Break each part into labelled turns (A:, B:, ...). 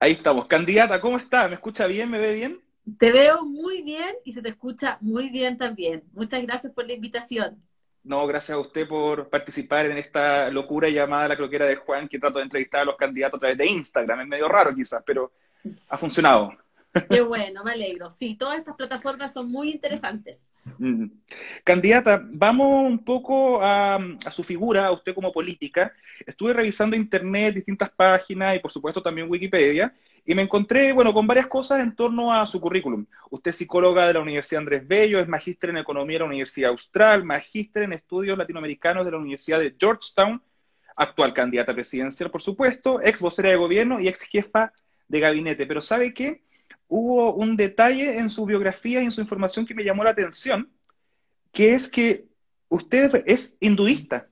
A: Ahí estamos. Candidata, ¿cómo está? ¿Me escucha bien? ¿Me ve bien?
B: Te veo muy bien y se te escucha muy bien también. Muchas gracias por la invitación.
A: No, gracias a usted por participar en esta locura llamada La Cloquera de Juan, que trato de entrevistar a los candidatos a través de Instagram. Es medio raro quizás, pero ha funcionado.
B: Qué bueno, me alegro. Sí, todas estas plataformas son muy interesantes.
A: Mm. Candidata, vamos un poco a su figura, a usted como política. Estuve revisando internet, distintas páginas y por supuesto también Wikipedia, y me encontré, bueno, con varias cosas en torno a su currículum. Usted es psicóloga de la Universidad Andrés Bello, es magíster en Economía de la Universidad Austral, magíster en Estudios Latinoamericanos de la Universidad de Georgetown, actual candidata presidencial, por supuesto, ex vocera de gobierno y ex jefa de gabinete. Pero ¿sabe qué? Hubo un detalle en su biografía y en su información que me llamó la atención, que es que usted es hinduista.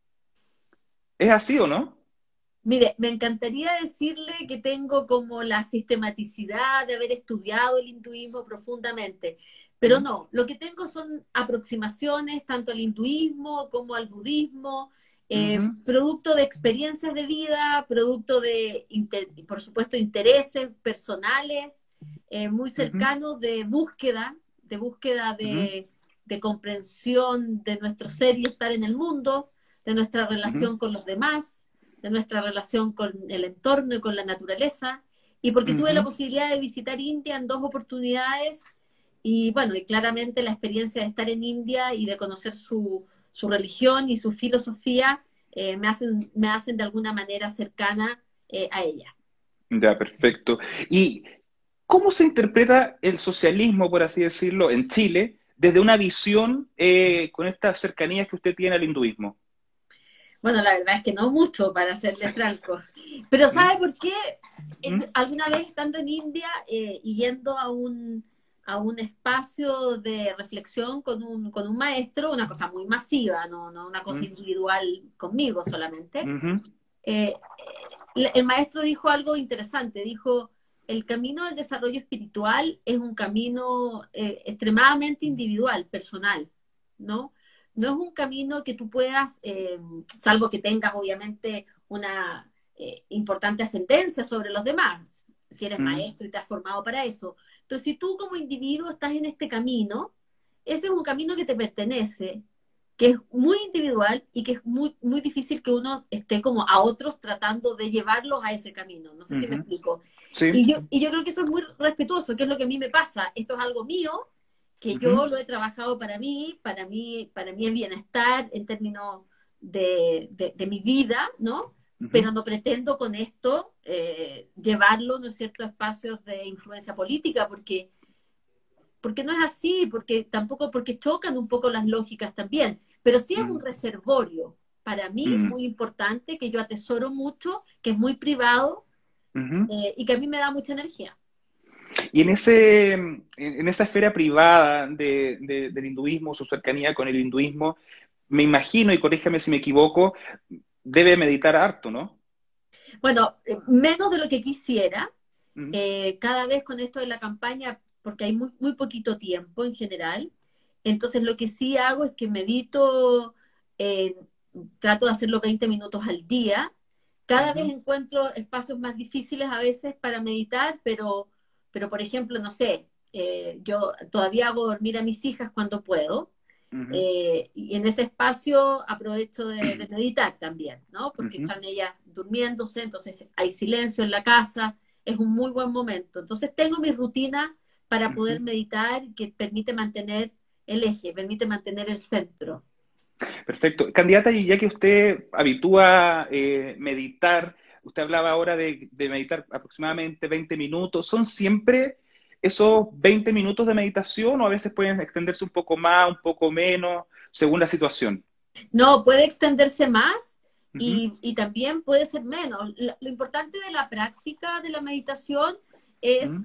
A: ¿Es así o no?
B: Mire, me encantaría decirle que tengo como la sistematicidad de haber estudiado el hinduismo profundamente, pero
A: ¿Mm?
B: no, lo que tengo son aproximaciones tanto al hinduismo como al budismo,
A: Ujú,
B: producto de experiencias de vida, producto de, por supuesto, intereses personales, muy
A: ujú,
B: cercanos de búsqueda
A: ujú,
B: de comprensión de nuestro ser y estar en el mundo, de nuestra
A: ujú,
B: relación con los demás, de nuestra relación con el entorno y con la naturaleza, y porque tuve la
A: ujú.
B: posibilidad de visitar India en dos oportunidades, y bueno, y claramente la experiencia de estar en India y de conocer su religión y su filosofía me hacen de alguna manera cercana a ella.
A: Ya, perfecto. ¿Y cómo se interpreta el socialismo, por así decirlo, en Chile, desde una visión con estas cercanías que usted tiene al hinduismo?
B: Bueno, la verdad es que no mucho, para serle francos. Pero
A: ¿Mm?
B: ¿sabe por qué?
A: ¿Mm?
B: Alguna vez estando en India y yendo a un espacio de reflexión con un maestro, una cosa muy masiva, no una cosa
A: ¿Mm?
B: individual conmigo solamente,
A: Ujú,
B: eh, el maestro dijo algo interesante, dijo, el camino del desarrollo espiritual es un camino extremadamente individual, personal, ¿no? No es un camino que tú puedas, salvo que tengas obviamente una importante ascendencia sobre los demás, si eres
A: mm,
B: maestro y te has formado para eso, pero si tú como individuo estás en este camino, ese es un camino que te pertenece, que es muy individual y que es muy difícil que uno esté como a otros tratando de llevarlos a ese camino. No sé si me
A: ujú.
B: explico.
A: Sí.
B: Y yo creo que eso es muy respetuoso, que es lo que a mí me pasa. Esto es algo mío, que
A: Ujú,
B: yo lo he trabajado para mí es bienestar en términos de mi vida, ¿no?
A: ujú,
B: Pero no pretendo con esto llevarlo, ¿no es cierto?, a espacios de influencia política, porque no es así, porque tampoco, porque chocan un poco las lógicas también, pero sí es un
A: mm,
B: reservorio para mí
A: mm,
B: muy importante, que yo atesoro mucho, que es muy privado
A: ujú.
B: y que a mí me da mucha energía.
A: Y en esa esfera privada del hinduismo, su cercanía con el hinduismo, me imagino, y corríjame si me equivoco, debe meditar harto, ¿no?
B: Bueno, menos de lo que quisiera,
A: Mm,
B: cada vez con esto de la campaña, porque hay muy poquito tiempo en general, entonces lo que sí hago es que medito, eh, trato de hacerlo 20 minutos al día. Cada vez
A: ujú,
B: encuentro espacios más difíciles a veces para meditar, pero por ejemplo, no sé, yo todavía hago dormir a mis hijas cuando puedo,
A: ujú,
B: y en ese espacio aprovecho de meditar también, ¿no? Porque
A: ujú,
B: están ellas durmiéndose, entonces hay silencio en la casa, es un muy buen momento. Entonces tengo mi rutina para
A: ujú.
B: poder meditar que permite mantener el eje, permite mantener el centro.
A: Perfecto. Candidata, y ya que usted habitúa meditar, usted hablaba ahora de meditar aproximadamente 20 minutos, ¿son siempre esos 20 minutos de meditación o a veces pueden extenderse un poco más, un poco menos, según la situación?
B: No, puede extenderse más
A: Ujú,
B: y también puede ser menos. Lo importante de la práctica de la meditación
A: ujú,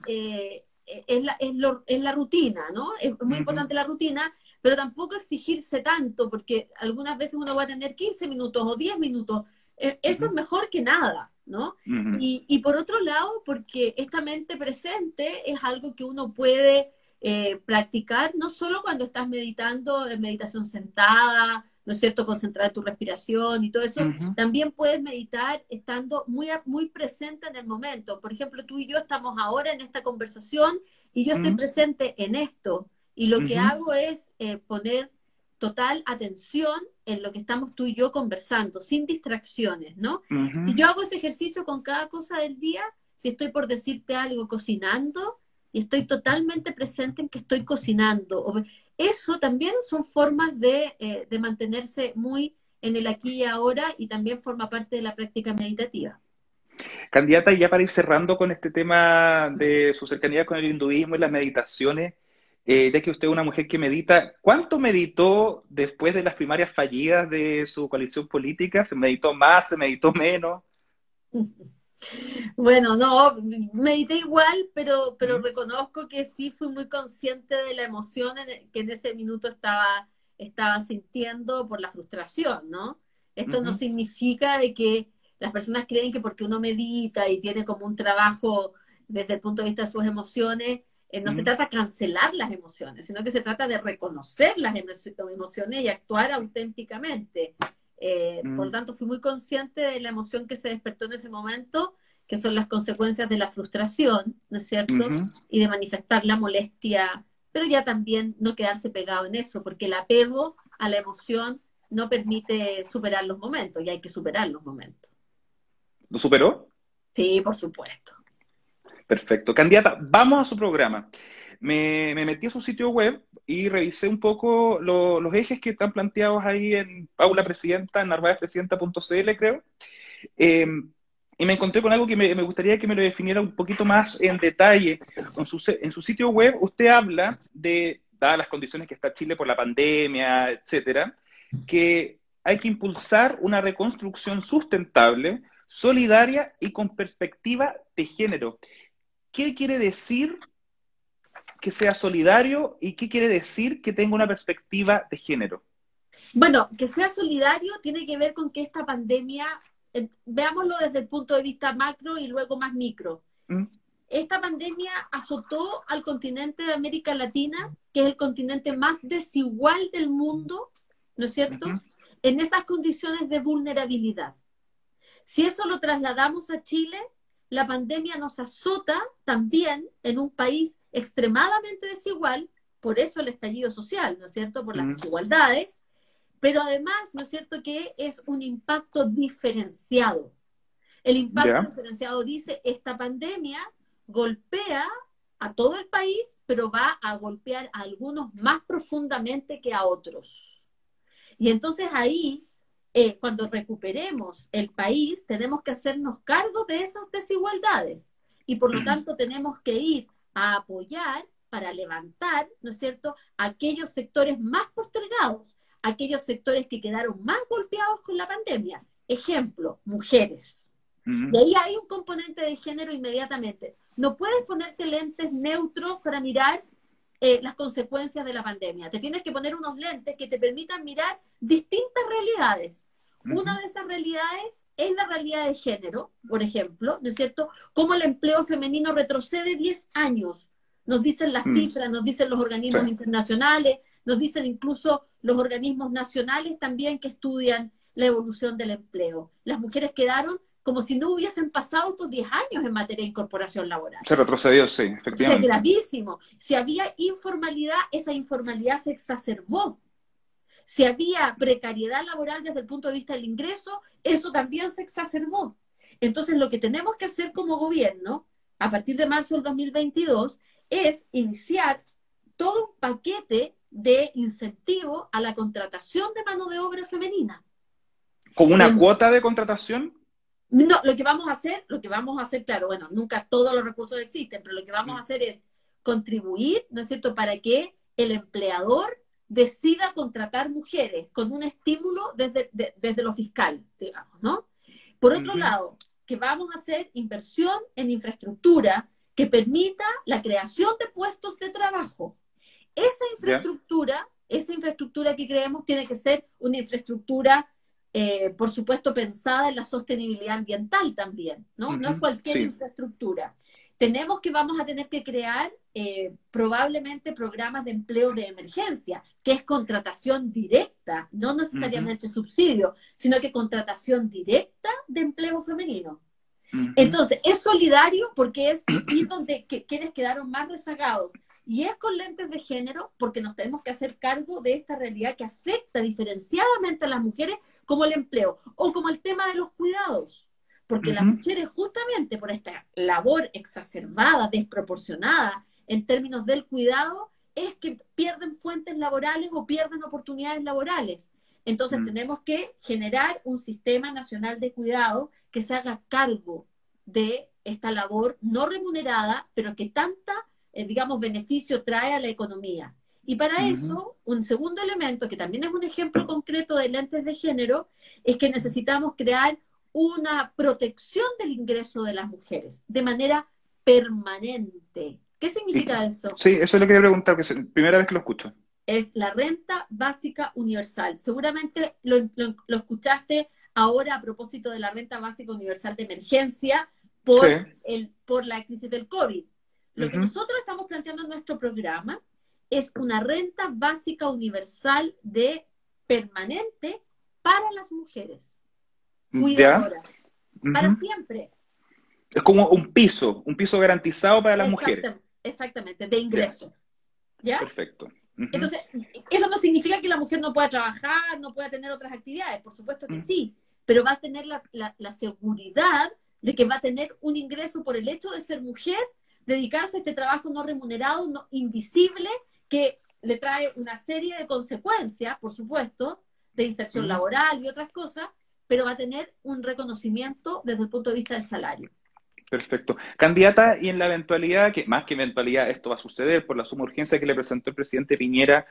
B: es la rutina, ¿no? Es muy
A: ujú,
B: importante la rutina, pero tampoco exigirse tanto, porque algunas veces uno va a tener 15 minutos o 10 minutos. Eso es
A: ujú,
B: mejor que nada, ¿no?
A: ujú,
B: Y por otro lado, porque esta mente presente es algo que uno puede practicar no solo cuando estás meditando en meditación sentada, ¿no es cierto?, concentrar tu respiración y todo eso. También puedes meditar estando muy presente en el momento. Por ejemplo, tú y yo estamos ahora en esta conversación y yo estoy presente en esto. Y lo que hago es poner total atención en lo que estamos tú y yo conversando, sin distracciones, ¿no? Y yo hago ese ejercicio con cada cosa del día. Si estoy, por decirte algo, cocinando, y estoy totalmente presente en que estoy cocinando. Eso también son formas de mantenerse muy en el aquí y ahora, y también forma parte de la práctica meditativa.
A: Candidata, y ya para ir cerrando con este tema de su cercanía con el hinduismo y las meditaciones, ya que usted es una mujer que medita, ¿cuánto meditó después de las primarias fallidas de su coalición política? ¿Se meditó más, se meditó menos?
B: Bueno, no, medité igual, pero reconozco que sí fui muy consciente de la emoción que en ese minuto estaba sintiendo por la frustración, ¿no? Esto no significa de que las personas creen que porque uno medita y tiene como un trabajo desde el punto de vista de sus emociones, no se trata de cancelar las emociones, sino que se trata de reconocer las emociones y actuar auténticamente. Por lo tanto, fui muy consciente de la emoción que se despertó en ese momento, que son las consecuencias de la frustración, ¿no es cierto? Y de manifestar la molestia, pero ya también no quedarse pegado en eso, porque el apego a la emoción no permite superar los momentos, y hay que superar los momentos.
A: ¿Lo superó?
B: Sí, por supuesto.
A: Perfecto. Candidata, vamos a su programa. Me metí a su sitio web y revisé un poco los ejes que están planteados ahí en Paula Presidenta, en narvaezpresidenta.cl, creo. Y me encontré con algo que me gustaría que me lo definiera un poquito más en detalle. En su sitio web usted habla de, dadas las condiciones que está Chile por la pandemia, etcétera, que hay que impulsar una reconstrucción sustentable, solidaria y con perspectiva de género. ¿Qué quiere decir que sea solidario y qué quiere decir que tenga una perspectiva de género?
B: Bueno, que sea solidario tiene que ver con que esta pandemia, veámoslo desde el punto de vista macro y luego más micro. Esta pandemia azotó al continente de América Latina, que es el continente más desigual del mundo, ¿no es cierto?, en esas condiciones de vulnerabilidad. Si eso lo trasladamos a Chile, la pandemia nos azota también en un país extremadamente desigual, por eso el estallido social, ¿no es cierto?, por las desigualdades, pero además, ¿no es cierto?, que es un impacto diferenciado. El impacto diferenciado dice, esta pandemia golpea a todo el país, pero va a golpear a algunos más profundamente que a otros. Y entonces ahí, cuando recuperemos el país, tenemos que hacernos cargo de esas desigualdades. Y por lo tanto tenemos que ir a apoyar para levantar, ¿no es cierto?, aquellos sectores más postergados, aquellos sectores que quedaron más golpeados con la pandemia. Ejemplo, mujeres. Y ahí hay un componente de género inmediatamente. No puedes ponerte lentes neutros para mirar las consecuencias de la pandemia. Te tienes que poner unos lentes que te permitan mirar distintas realidades. Una de esas realidades es la realidad de género, por ejemplo, ¿no es cierto? Cómo el empleo femenino retrocede 10 años. Nos dicen las cifras, nos dicen los organismos internacionales, nos dicen incluso los organismos nacionales también que estudian la evolución del empleo. Las mujeres quedaron como si no hubiesen pasado estos 10 años en materia de incorporación laboral.
A: Se retrocedió, sí, efectivamente.
B: Es gravísimo. Si había informalidad, esa informalidad se exacerbó. Si había precariedad laboral desde el punto de vista del ingreso, eso también se exacerbó. Entonces, lo que tenemos que hacer como gobierno, a partir de marzo del 2022, es iniciar todo un paquete de incentivo a la contratación de mano de obra femenina.
A: ¿Con una cuota de contratación?
B: No, lo que vamos a hacer, claro, bueno, nunca todos los recursos existen, pero lo que vamos a hacer es contribuir, ¿no es cierto?, para que el empleador decida contratar mujeres con un estímulo desde lo fiscal, digamos, ¿no? Por otro lado, que vamos a hacer inversión en infraestructura que permita la creación de puestos de trabajo. Esa infraestructura que creemos tiene que ser una infraestructura por supuesto, pensada en la sostenibilidad ambiental también, ¿no? No es cualquier infraestructura. vamos a tener que crear probablemente programas de empleo de emergencia, que es contratación directa, no necesariamente subsidio, sino que contratación directa de empleo femenino. Entonces, es solidario porque es ir donde quienes quedaron más rezagados. Y es con lentes de género porque nos tenemos que hacer cargo de esta realidad que afecta diferenciadamente a las mujeres, como el empleo o como el tema de los cuidados. Porque las mujeres, justamente por esta labor exacerbada, desproporcionada en términos del cuidado, es que pierden fuentes laborales o pierden oportunidades laborales. Entonces tenemos que generar un sistema nacional de cuidado que se haga cargo de esta labor no remunerada, pero que tanta, digamos, beneficio trae a la economía. Y para eso, un segundo elemento, que también es un ejemplo concreto de lentes de género, es que necesitamos crear una protección del ingreso de las mujeres de manera permanente. ¿Qué significa eso?
A: Sí, eso es lo que quería preguntar, que es la primera vez que lo escucho.
B: Es la renta básica universal. Seguramente lo escuchaste ahora a propósito de la renta básica universal de emergencia por la crisis del COVID. Lo que nosotros estamos planteando en nuestro programa es una renta básica universal permanente para las mujeres cuidadoras, para siempre.
A: Es como un piso garantizado para las mujeres.
B: Exactamente, de ingreso. ¿Ya?
A: Perfecto.
B: Entonces, eso no significa que la mujer no pueda trabajar, no pueda tener otras actividades, por supuesto que sí, pero va a tener la seguridad de que va a tener un ingreso por el hecho de ser mujer, dedicarse a este trabajo no remunerado, invisible, que le trae una serie de consecuencias, por supuesto, de inserción laboral y otras cosas, pero va a tener un reconocimiento desde el punto de vista del salario.
A: Perfecto. Candidata, y en la eventualidad, que más que eventualidad esto va a suceder por la suma urgencia que le presentó el presidente Piñera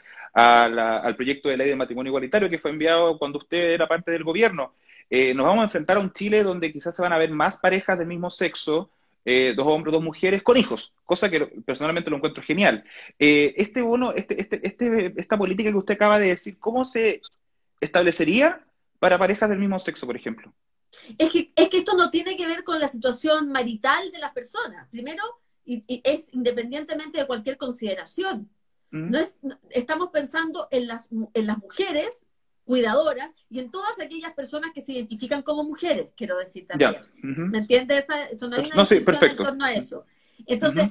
A: al proyecto de ley de matrimonio igualitario que fue enviado cuando usted era parte del gobierno, nos vamos a enfrentar a un Chile donde quizás se van a ver más parejas del mismo sexo, 2 hombres, 2 mujeres, con hijos, cosa que personalmente lo encuentro genial. Este bono, esta política que usted acaba de decir, ¿cómo se establecería para parejas del mismo sexo, por ejemplo?
B: Es que esto no tiene que ver con la situación marital de las personas. Primero, y es independientemente de cualquier consideración. Estamos pensando en las mujeres cuidadoras y en todas aquellas personas que se identifican como mujeres, quiero decir también. ¿Me entiendes? Eso no hay una discusión en torno a eso. Entonces,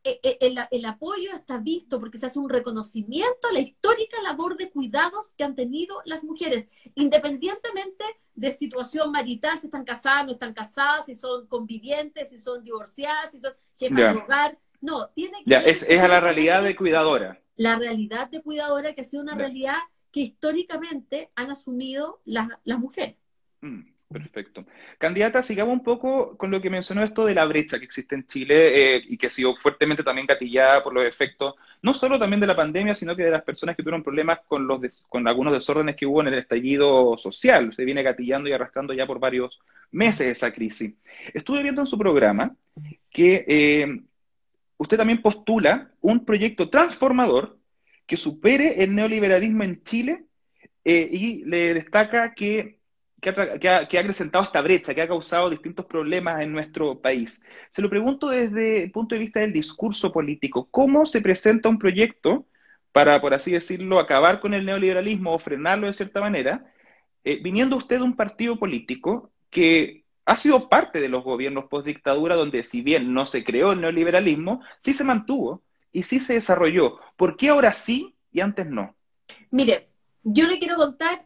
B: el apoyo está visto porque se hace un reconocimiento a la histórica labor de cuidados que han tenido las mujeres, independientemente de situación marital, si están casadas, no están casadas, si son convivientes, si son divorciadas, si son jefas de hogar. No, tiene que ver
A: es a la realidad de cuidadora.
B: La realidad de cuidadora, que ha sido una realidad que históricamente han asumido las mujeres.
A: Perfecto. Candidata, sigamos un poco con lo que mencionó esto de la brecha que existe en Chile y que ha sido fuertemente también gatillada por los efectos, no solo también de la pandemia, sino que de las personas que tuvieron problemas con algunos desórdenes que hubo en el estallido social. Se viene gatillando y arrastrando ya por varios meses esa crisis. Estuve viendo en su programa que usted también postula un proyecto transformador que supere el neoliberalismo en Chile y le destaca que ha acrecentado esta brecha, que ha causado distintos problemas en nuestro país. Se lo pregunto desde el punto de vista del discurso político. ¿Cómo se presenta un proyecto para, por así decirlo, acabar con el neoliberalismo o frenarlo de cierta manera, viniendo usted de un partido político que ha sido parte de los gobiernos postdictadura, donde si bien no se creó el neoliberalismo, sí se mantuvo y sí se desarrolló? ¿Por qué ahora sí y antes no?
B: Mire, yo le quiero contar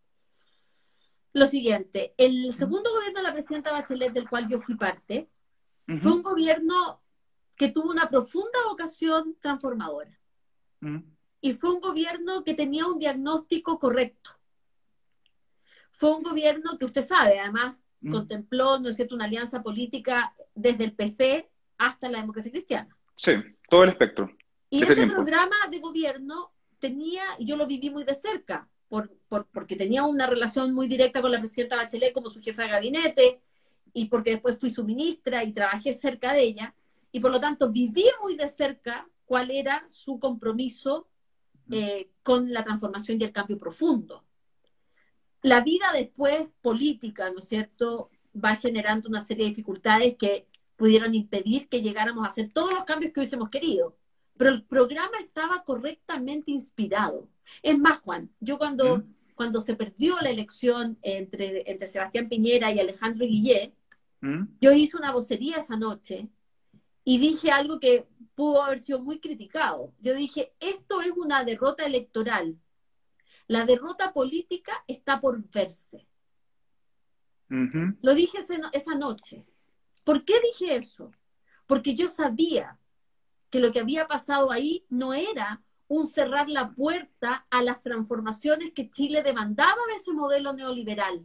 B: lo siguiente. El segundo gobierno de la presidenta Bachelet, del cual yo fui parte, fue un gobierno que tuvo una profunda vocación transformadora. Y fue un gobierno que tenía un diagnóstico correcto. Fue un gobierno que usted sabe, además, contempló, ¿no es cierto?, una alianza política desde el PC hasta la democracia cristiana.
A: Sí, todo el espectro.
B: Y ese programa de gobierno yo lo viví muy de cerca, porque tenía una relación muy directa con la presidenta Bachelet como su jefa de gabinete, y porque después fui su ministra y trabajé cerca de ella, y por lo tanto viví muy de cerca cuál era su compromiso con la transformación y el cambio profundo. La vida después política, ¿no es cierto?, va generando una serie de dificultades que pudieron impedir que llegáramos a hacer todos los cambios que hubiésemos querido. Pero el programa estaba correctamente inspirado. Es más, Juan, yo cuando se perdió la elección entre Sebastián Piñera y Alejandro Guillé, yo hice una vocería esa noche y dije algo que pudo haber sido muy criticado. Yo dije, esto es una derrota electoral. La derrota política está por verse. Lo dije esa noche. ¿Por qué dije eso? Porque yo sabía que lo que había pasado ahí no era un cerrar la puerta a las transformaciones que Chile demandaba de ese modelo neoliberal.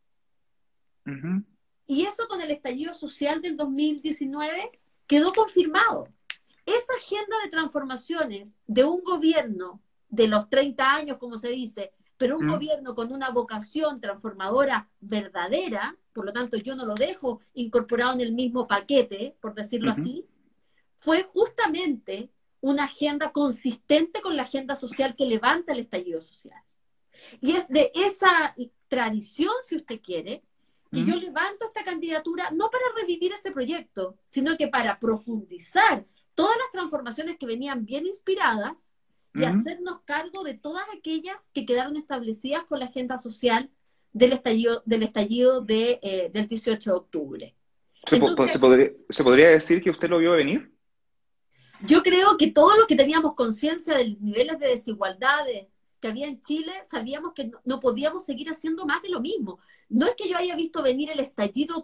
B: Y eso con el estallido social del 2019 quedó confirmado. Esa agenda de transformaciones de un gobierno de los 30 años, como se dice, pero un gobierno con una vocación transformadora verdadera, por lo tanto yo no lo dejo incorporado en el mismo paquete, por decirlo así, fue justamente una agenda consistente con la agenda social que levanta el estallido social. Y es de esa tradición, si usted quiere, que yo levanto esta candidatura no para revivir ese proyecto, sino que para profundizar todas las transformaciones que venían bien inspiradas y hacernos cargo de todas aquellas que quedaron establecidas con la agenda social del estallido del 18 de octubre. Entonces,
A: ¿Se podría decir que usted lo vio venir?
B: Yo creo que todos los que teníamos conciencia de los niveles de desigualdades que había en Chile, sabíamos que no podíamos seguir haciendo más de lo mismo. No es que yo haya visto venir el estallido,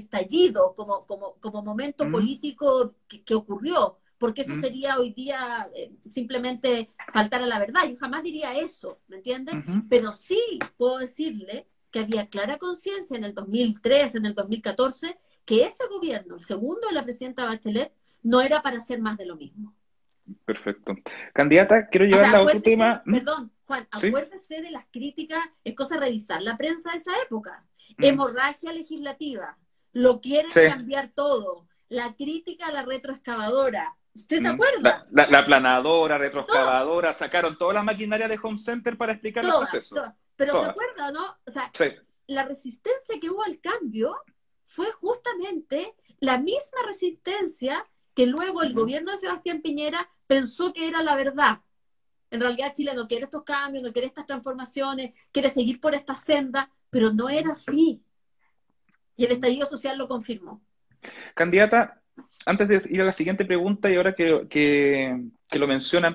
B: como momento político que ocurrió, porque eso sería hoy día simplemente faltar a la verdad. Yo jamás diría eso, ¿me entiendes? Pero sí puedo decirle que había clara conciencia en el 2003, en el 2014, que ese gobierno, el segundo de la presidenta Bachelet, no era para hacer más de lo mismo.
A: Perfecto. Candidata, quiero llevarla a otro tema.
B: Perdón, Juan,
A: ¿Sí?
B: acuérdese de las críticas, es cosa de revisar la prensa de esa época. Hemorragia legislativa, lo quieren cambiar todo, la crítica a la retroexcavadora. ¿Usted se acuerda?
A: La planadora, retroexcavadora, sacaron todas las maquinarias de Home Center para explicar los procesos.
B: Pero ¿se acuerda, no? O sea, la resistencia que hubo al cambio fue justamente la misma resistencia que luego el gobierno de Sebastián Piñera pensó que era la verdad. En realidad Chile no quiere estos cambios, no quiere estas transformaciones, quiere seguir por esta senda, pero no era así. Y el estallido social lo confirmó.
A: Candidata, antes de ir a la siguiente pregunta, y ahora que lo mencionan,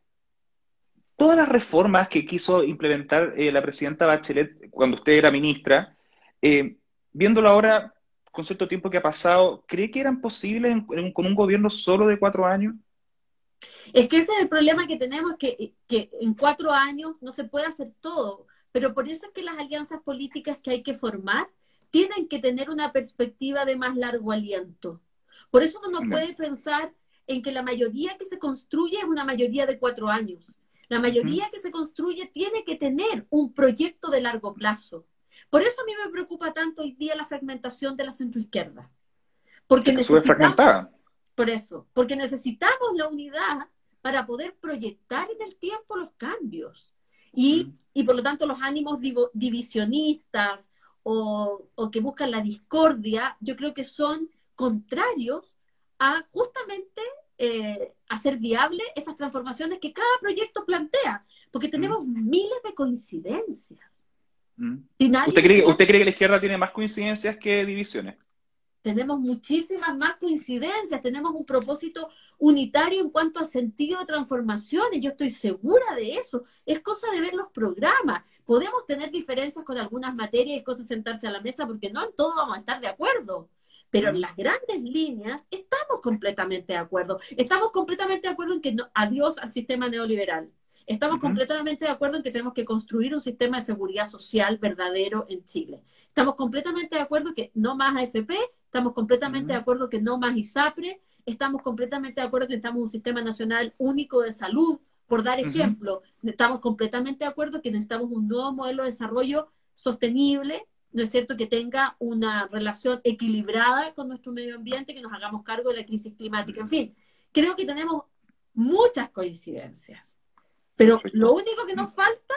A: todas las reformas que quiso implementar la presidenta Bachelet cuando usted era ministra, viéndolo ahora con cierto tiempo que ha pasado, ¿cree que eran posibles con un gobierno solo de 4 años?
B: Es que ese es el problema que tenemos, que en 4 años no se puede hacer todo, pero por eso es que las alianzas políticas que hay que formar tienen que tener una perspectiva de más largo aliento. Por eso uno no puede pensar en que la mayoría que se construye es una mayoría de 4 años. La mayoría que se construye tiene que tener un proyecto de largo plazo. Por eso a mí me preocupa tanto hoy día la fragmentación de la centroizquierda. Porque
A: fragmentada.
B: Por eso, porque necesitamos la unidad para poder proyectar en el tiempo los cambios. Y por lo tanto los ánimos divisionistas o que buscan la discordia, yo creo que son contrarios a justamente hacer viable esas transformaciones que cada proyecto plantea, porque tenemos miles de coincidencias.
A: ¿Usted cree que la izquierda tiene más coincidencias que divisiones?
B: Tenemos muchísimas más coincidencias, tenemos un propósito unitario en cuanto a sentido de transformaciones, yo estoy segura de eso, es cosa de ver los programas, podemos tener diferencias con algunas materias, es cosa de sentarse a la mesa porque no en todo vamos a estar de acuerdo, pero en las grandes líneas estamos completamente de acuerdo en que adiós al sistema neoliberal. Estamos completamente de acuerdo en que tenemos que construir un sistema de seguridad social verdadero en Chile. Estamos completamente de acuerdo que no más AFP, estamos completamente de acuerdo que no más ISAPRE, estamos completamente de acuerdo que necesitamos un sistema nacional único de salud, por dar ejemplo. Estamos completamente de acuerdo que necesitamos un nuevo modelo de desarrollo sostenible, ¿no es cierto?, que tenga una relación equilibrada con nuestro medio ambiente, que nos hagamos cargo de la crisis climática. En fin, creo que tenemos muchas coincidencias. Pero lo único que nos falta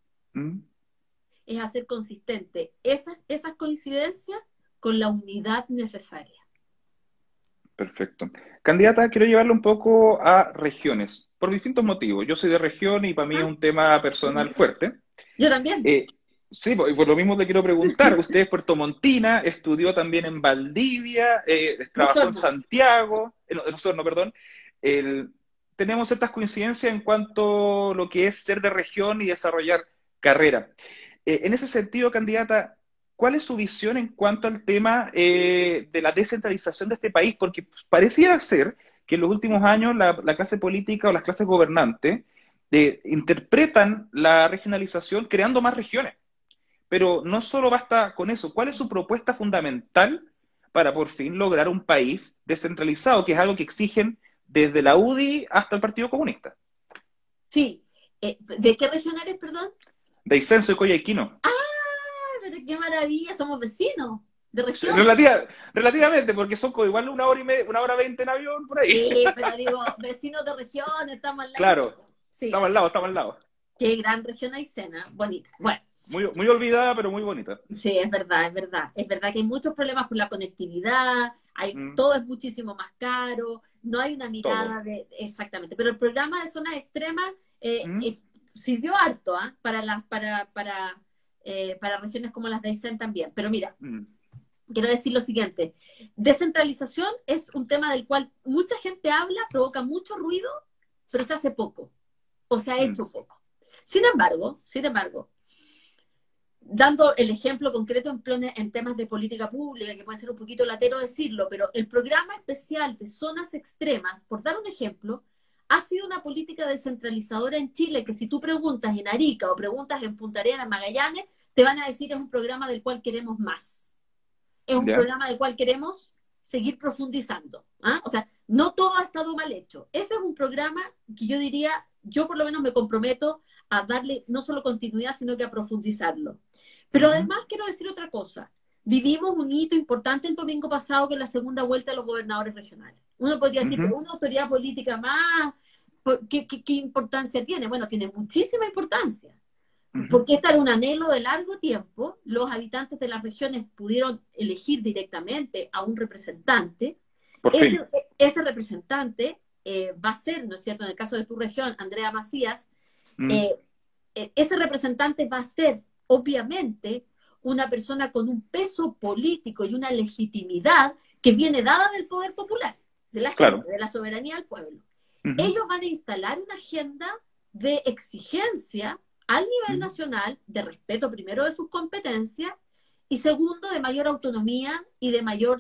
B: es hacer consistente esas coincidencias con la unidad necesaria.
A: Perfecto. Candidata, quiero llevarlo un poco a regiones, por distintos motivos. Yo soy de región y para mí es
B: Ah,
A: un tema personal fuerte.
B: yo también.
A: Eh, sí, por lo mismo te quiero preguntar. Usted es puertomontina, estudió también en Valdivia, trabajó en
B: Osorno.
A: Santiago, no, en Osorno, perdón. El- Tenemos ciertas coincidencias en cuanto a lo que es ser de región y desarrollar carrera. En ese sentido, candidata, ¿cuál es su visión en cuanto al tema de la descentralización de este país? Porque parecía ser que en los últimos años la clase política o las clases gobernantes interpretan la regionalización creando más regiones. Pero no solo basta con eso. ¿Cuál es su propuesta fundamental para por fin lograr un país descentralizado, que es algo que exigen desde la UDI hasta el Partido Comunista?
B: Sí. ¿De qué región eres, perdón?
A: De Icenso y Coyhaiquino.
B: Ah, pero qué maravilla, somos vecinos de región.
A: Relativa, relativamente, porque son como igual una hora y media, una hora 20 en avión por ahí.
B: Sí, pero digo, vecinos de región, estamos al
A: Claro,
B: ladito. Sí,
A: estamos al lado, estamos al lado.
B: qué gran región Aysena, bonita. Bueno,
A: Muy, muy olvidada, pero muy bonita.
B: sí, es verdad, es verdad. Es verdad que hay muchos problemas por la conectividad,
A: Mm,
B: todo es muchísimo más caro, no hay una
A: todo.
B: mirada de, exactamente. Pero el programa de zonas extremas
A: Mm,
B: sirvió harto, para para regiones como las de Aysén también. Pero mira,
A: mm,
B: quiero decir lo siguiente, descentralización es un tema del cual mucha gente habla, provoca mucho ruido, pero se hace poco, o se ha
A: mm,
B: hecho poco. Sin embargo, dando el ejemplo concreto en temas de política pública, que puede ser un poquito latero decirlo, pero el programa especial de zonas extremas, por dar un ejemplo, ha sido una política descentralizadora en Chile que si tú preguntas en Arica o preguntas en Punta Arenas, en Magallanes, te van a decir que es un programa del cual queremos más. Es un
A: ¿ya?
B: programa del cual queremos seguir profundizando. ¿Ah? O sea, no todo ha estado mal hecho. Ese es un programa que yo diría, yo por lo menos me comprometo a darle no solo continuidad, sino que a profundizarlo. Pero
A: Ujú,
B: además quiero decir otra cosa. Vivimos un hito importante el domingo pasado, que es la segunda vuelta de los gobernadores regionales. Uno podría decir, pero
A: ujú,
B: una autoridad política más, ¿qué importancia tiene? Bueno, tiene muchísima importancia,
A: ujú.
B: porque este era un anhelo de largo tiempo. Los habitantes de las regiones pudieron elegir directamente a un representante.
A: Por fin.
B: Ese representante va a ser, ¿no es cierto?, en el caso de tu región, Andrea Macías,
A: Mm,
B: eh, ese representante va a ser, obviamente, una persona con un peso político y una legitimidad que viene dada del poder popular, de la gente,
A: claro.
B: de la soberanía del pueblo.
A: Ujú,
B: Ellos van a instalar una agenda de exigencia al nivel
A: ujú.
B: nacional, de respeto primero de sus competencias y segundo de mayor autonomía y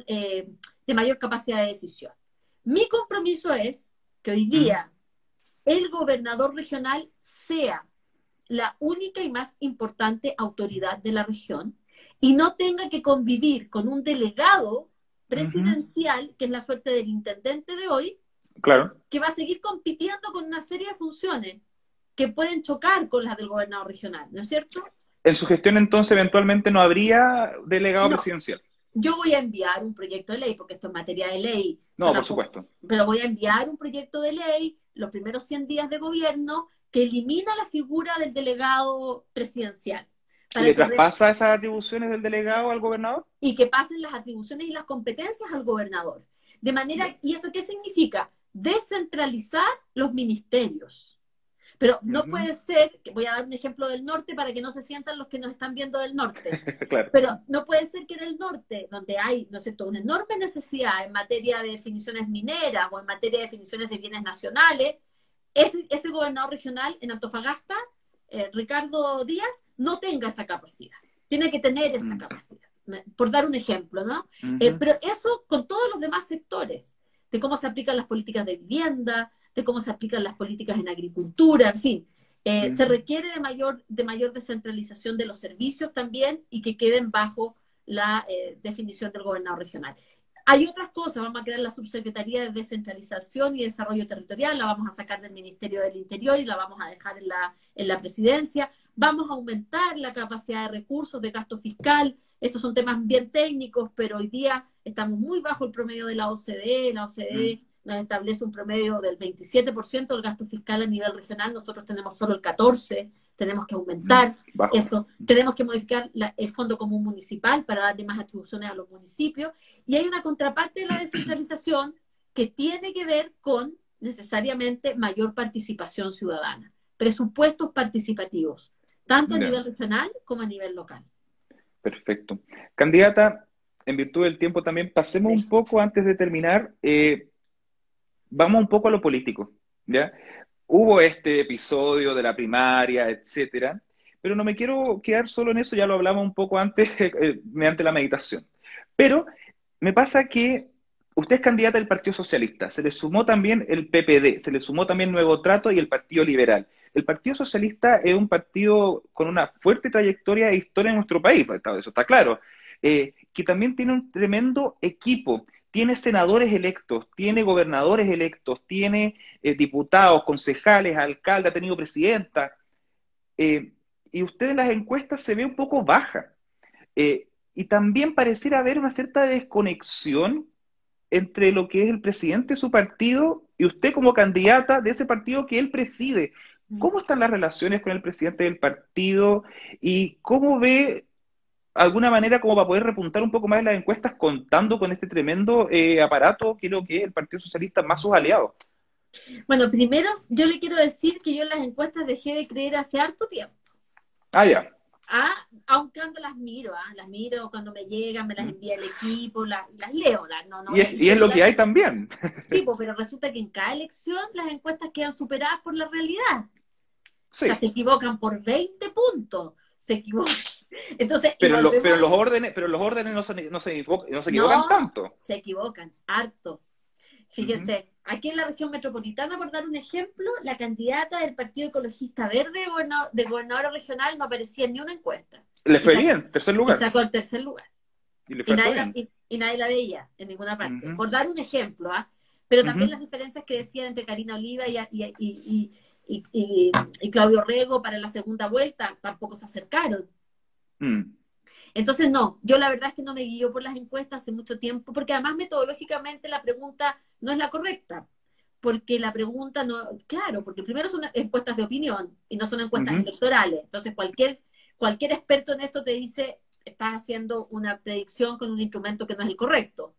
B: de mayor capacidad de decisión. Mi compromiso es que hoy
A: Mm,
B: día el gobernador regional sea la única y más importante autoridad de la región y no tenga que convivir con un delegado
A: ujú,
B: presidencial, que es la suerte del intendente de hoy,
A: claro.
B: que va a seguir compitiendo con una serie de funciones que pueden chocar con las del gobernador regional, ¿no es cierto?
A: En su gestión entonces eventualmente no habría delegado
B: No,
A: presidencial.
B: yo voy a enviar un proyecto de ley, porque esto es materia de ley,
A: No, por supuesto.
B: pero voy a enviar un proyecto de ley los primeros 100 días de gobierno que elimina la figura del delegado presidencial
A: ¿Y
B: para
A: le
B: que
A: traspasa esas atribuciones del delegado al gobernador?
B: y que pasen las atribuciones y las competencias al gobernador. De
A: Ya.
B: manera, ¿y eso qué significa? Descentralizar los ministerios. Pero no
A: Ujú.
B: puede ser, que voy a dar un ejemplo del norte para que no se sientan los que nos están viendo del norte,
A: Claro.
B: pero no puede ser que en el norte, donde hay, ¿no es cierto?, una enorme necesidad en materia de definiciones mineras o en materia de definiciones de bienes nacionales, ese gobernador regional en Antofagasta, Ricardo Díaz, no tenga esa capacidad. Tiene que tener esa
A: Mm,
B: capacidad, por dar un ejemplo, ¿no?
A: ujú,
B: Pero eso con todos los demás sectores, de cómo se aplican las políticas de vivienda, de cómo se aplican las políticas en agricultura, en fin. Se
A: ujú.
B: requiere de mayor descentralización de los servicios también y que queden bajo la definición del gobernador regional. Hay otras cosas, vamos a crear la subsecretaría de descentralización y desarrollo territorial, la vamos a sacar del Ministerio del Interior y la vamos a dejar en la presidencia, vamos a aumentar la capacidad de recursos, de gasto fiscal. Estos son temas bien técnicos, pero hoy día estamos muy bajo el promedio de la OCDE. La
A: Mm,
B: OCDE nos establece un promedio del 27% del gasto fiscal a nivel regional, nosotros tenemos solo el 14%, tenemos que
A: mm,
B: aumentar
A: bajo.
B: eso, tenemos que modificar el Fondo Común Municipal para darle más atribuciones a los municipios, y hay una contraparte de la descentralización que tiene que ver con necesariamente mayor participación ciudadana, presupuestos participativos, tanto a
A: Ya,
B: nivel regional como a nivel local.
A: perfecto. Candidata, en virtud del tiempo también, pasemos
B: Sí.
A: un poco antes de terminar, vamos un poco a lo político, ¿ya? Hubo este episodio de la primaria, etcétera, pero no me quiero quedar solo en eso, ya lo hablamos un poco antes mediante la meditación. Pero me pasa que usted es candidata del Partido Socialista, se le sumó también el PPD, se le sumó también Nuevo Trato y el Partido Liberal. El Partido Socialista es un partido con una fuerte trayectoria e historia en nuestro país, pues, eso está claro, que también tiene un tremendo equipo, tiene senadores electos, tiene gobernadores electos, tiene diputados, concejales, alcaldes, ha tenido presidenta, eh, y usted en las encuestas se ve un poco baja. Y también pareciera haber una cierta desconexión entre lo que es el presidente de su partido y usted como candidata de ese partido que él preside. ¿Cómo están las relaciones con el presidente del partido y cómo ve alguna manera como para poder repuntar un poco más en las encuestas contando con este tremendo aparato que es lo que es el Partido Socialista más sus aliados?
B: Bueno, primero yo le quiero decir que yo en las encuestas dejé de creer hace harto tiempo.
A: Ah, ya.
B: Aunque cuando las miro cuando me llegan, me las
A: ¿Mm?
B: envía el equipo, las leo, no
A: Y
B: voy a
A: es,
B: decir
A: y
B: que
A: es lo
B: todas
A: que hay
B: las...
A: también.
B: Sí, pues, pero resulta que en cada elección las encuestas quedan superadas por la realidad. O sea,
A: Sí,
B: se equivocan por 20 puntos, se equivocan. Entonces, y
A: pero,
B: volvemos a...
A: pero los órdenes no se equivocan
B: No,
A: tanto.
B: se equivocan, harto.
A: Ujú.
B: Fíjense, aquí en la región metropolitana, por dar un ejemplo, la candidata del Partido Ecologista Verde de gobernadora regional no aparecía en ni una encuesta.
A: Le
B: Y,
A: fue
B: sa-
A: bien, tercer
B: y
A: lugar.
B: sacó el tercer lugar.
A: Y le
B: Y
A: fue harto
B: nadie la,
A: bien.
B: y nadie la veía en ninguna parte.
A: Ujú,
B: Por dar un ejemplo, ¿ah? Pero también
A: ujú.
B: las diferencias que decían entre Karina Oliva y Claudio Rego para la segunda vuelta tampoco se acercaron.
A: Mm,
B: Entonces, no, yo la verdad es que no me guío por las encuestas hace mucho tiempo, porque además metodológicamente la pregunta no es la correcta, porque la pregunta no, claro, porque primero son encuestas de opinión y no son encuestas
A: ujú,
B: electorales. Entonces, cualquier experto en esto te dice, estás haciendo una predicción con un instrumento que no es el correcto.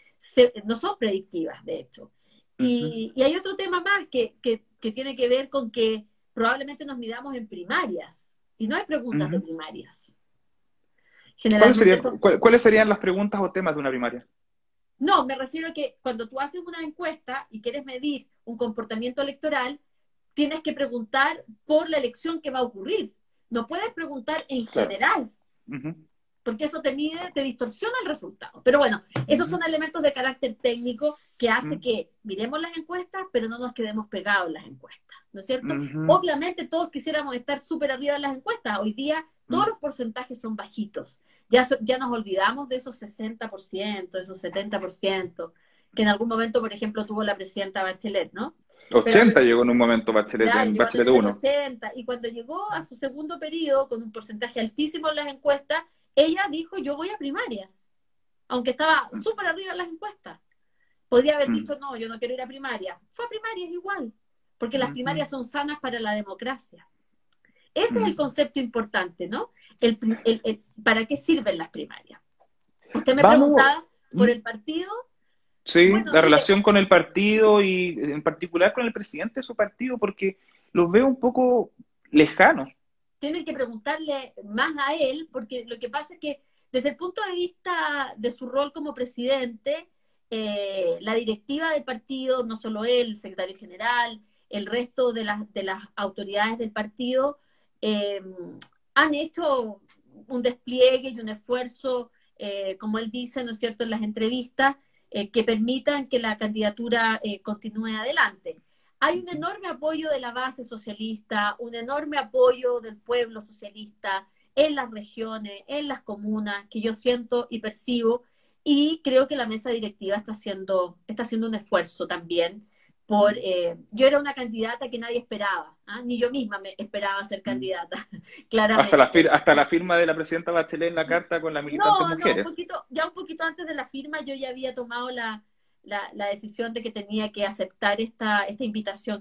B: No son predictivas, de hecho.
A: ujú,
B: Y hay otro tema más que tiene que ver con que probablemente nos midamos en primarias, y no hay preguntas de
A: ujú.
B: primarias. Generalmente son...
A: ¿Cuáles serían las preguntas o temas de una primaria?
B: No, me refiero a que cuando tú haces una encuesta y quieres medir un comportamiento electoral, tienes que preguntar por la elección que va a ocurrir. No puedes preguntar en
A: Claro.
B: general,
A: Ujú,
B: porque eso te mide, te distorsiona el resultado. Pero bueno, esos
A: ujú,
B: son elementos de carácter técnico que hace
A: ujú,
B: que miremos las encuestas, pero no nos quedemos pegados en las encuestas, ¿no es cierto?
A: ujú,
B: Obviamente todos quisiéramos estar súper arriba en las encuestas. Hoy día
A: ujú.
B: todos los porcentajes son bajitos. Ya nos olvidamos de esos 60%, de esos 70%, que en algún momento, por ejemplo, tuvo la presidenta Bachelet, ¿no? Pero
A: 80 llegó en un momento Bachelet,
B: claro,
A: en
B: llegó a
A: Bachelet
B: tener el
A: 1.
B: 80, y cuando llegó a su segundo periodo con un porcentaje altísimo en las encuestas, ella dijo, yo voy a primarias, aunque estaba súper arriba en las encuestas. Podría haber dicho, no, yo no quiero ir a primarias. Fue a primarias igual, porque las primarias son sanas para la democracia. Ese es el concepto importante, ¿no? ¿Para qué sirven las primarias? Usted me
A: Vamos,
B: preguntaba por el partido.
A: sí,
B: Bueno,
A: la
B: mire,
A: relación con el partido y en particular con el presidente de su partido, porque los veo un poco lejanos.
B: tienen que preguntarle más a él, porque lo que pasa es que desde el punto de vista de su rol como presidente, la directiva del partido, no solo él, el secretario general, el resto de las autoridades del partido, eh, han hecho un despliegue y un esfuerzo, como él dice, ¿no es cierto?, en las entrevistas, que permitan que la candidatura continúe adelante. Hay un enorme apoyo de la base socialista, un enorme apoyo del pueblo socialista en las regiones, en las comunas, que yo siento y percibo, y creo que la mesa directiva está haciendo un esfuerzo también. Yo era una candidata que nadie esperaba, ¿ah? Ni yo misma me esperaba ser candidata, claramente.
A: Hasta la firma de la presidenta Bachelet en la carta con las militantes
B: No, no,
A: mujeres.
B: ya un poquito antes de la firma yo ya había tomado la decisión de que tenía que aceptar esta invitación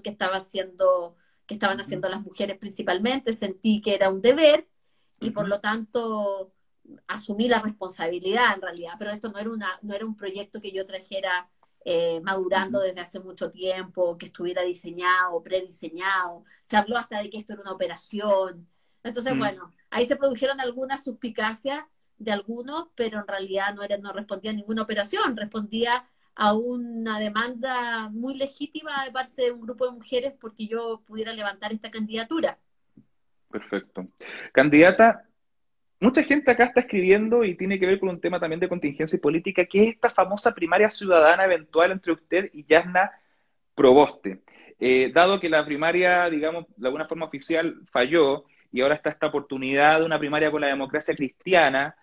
B: que estaban
A: Ujú,
B: haciendo las mujeres principalmente. Sentí que era un deber y por
A: ujú,
B: lo tanto asumí la responsabilidad en realidad, pero esto no era un proyecto que yo trajera madurando
A: Ujú,
B: desde hace mucho tiempo, que estuviera diseñado, prediseñado. Se habló hasta de que esto era una operación. Entonces,
A: mm.
B: bueno, ahí se produjeron algunas suspicacias de algunos, pero en realidad no respondía a ninguna operación, respondía a una demanda muy legítima de parte de un grupo de mujeres porque yo pudiera levantar esta candidatura.
A: Perfecto. Candidata, mucha gente acá está escribiendo y tiene que ver con un tema también de contingencia y política, que es esta famosa primaria ciudadana eventual entre usted y Yasna Proboste. Dado que la primaria, digamos, de alguna forma oficial falló y ahora está esta oportunidad de una primaria con la democracia cristiana,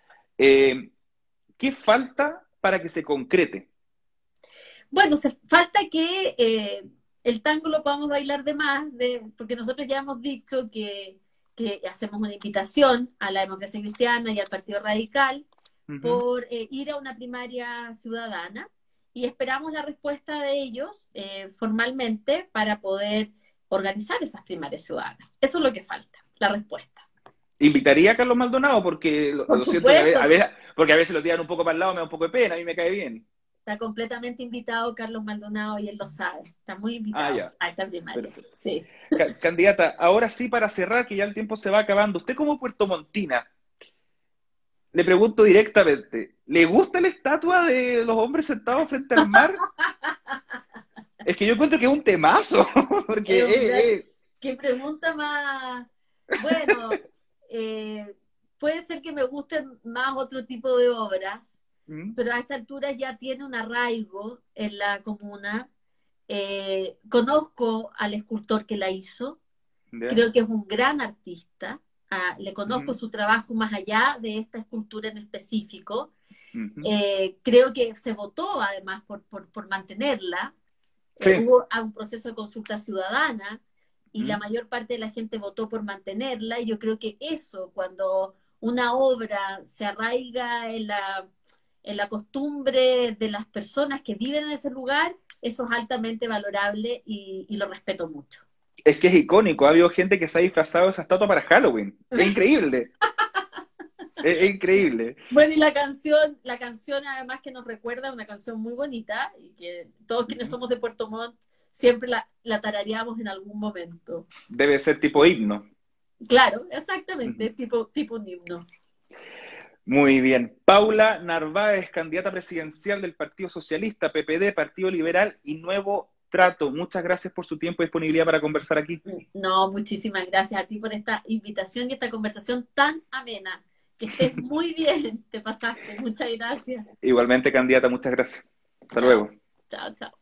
A: ¿qué falta para que se concrete?
B: Bueno, falta que el tango lo podamos bailar de más, porque nosotros ya hemos dicho que hacemos una invitación a la democracia cristiana y al Partido Radical
A: Ujú.
B: por ir a una primaria ciudadana y esperamos la respuesta de ellos formalmente para poder organizar esas primarias ciudadanas. Eso es lo que falta, la respuesta.
A: Invitaría a Carlos Maldonado porque
B: Por
A: lo siento que
B: supuesto,
A: porque a veces lo tiran un poco para el lado, me da un poco de pena, a mí me cae bien.
B: está completamente invitado Carlos Maldonado y él lo sabe. Está muy
A: Ah,
B: invitado
A: ya,
B: a esta primaria.
A: perfecto.
B: Sí.
A: Candidata, ahora sí para cerrar, que ya el tiempo se va acabando. Usted como puertomontina, le pregunto directamente, ¿le gusta la estatua de los hombres sentados frente al mar? Es que yo encuentro que es un temazo, porque
B: Es qué pregunta más. Bueno, eh, puede ser que me gusten más otro tipo de obras,
A: ¿Mm?
B: pero a esta altura ya tiene un arraigo en la comuna. Conozco al escultor que la hizo,
A: ¿Ya?
B: creo que es un gran artista. Le conozco
A: Ujú,
B: su trabajo más allá de esta escultura en específico.
A: ujú.
B: Creo que se votó además por mantenerla.
A: Sí.
B: Hubo un proceso de consulta ciudadana y la
A: ¿Mm?
B: mayor parte de la gente votó por mantenerla y yo creo que eso, cuando una obra se arraiga en la costumbre de las personas que viven en ese lugar, eso es altamente valorable y lo respeto mucho.
A: Es que es icónico, ha habido gente que se ha disfrazado de esa estatua para Halloween. Es increíble, es increíble.
B: Bueno, y la canción además que nos recuerda, una canción muy bonita y que todos quienes
A: Ujú.
B: somos de Puerto Montt siempre la tarareamos en algún momento.
A: Debe ser tipo himno.
B: Claro, exactamente,
A: Ujú.
B: tipo un himno.
A: Muy bien. Paula Narváez, candidata presidencial del Partido Socialista, PPD, Partido Liberal y Nuevo Trato. Muchas gracias por su tiempo y disponibilidad para conversar aquí.
B: No, muchísimas gracias a ti por esta invitación y esta conversación tan amena. Que estés muy bien, te pasaste. Muchas gracias.
A: Igualmente, candidata, muchas gracias. Hasta
B: Chao,
A: luego.
B: chao, chao.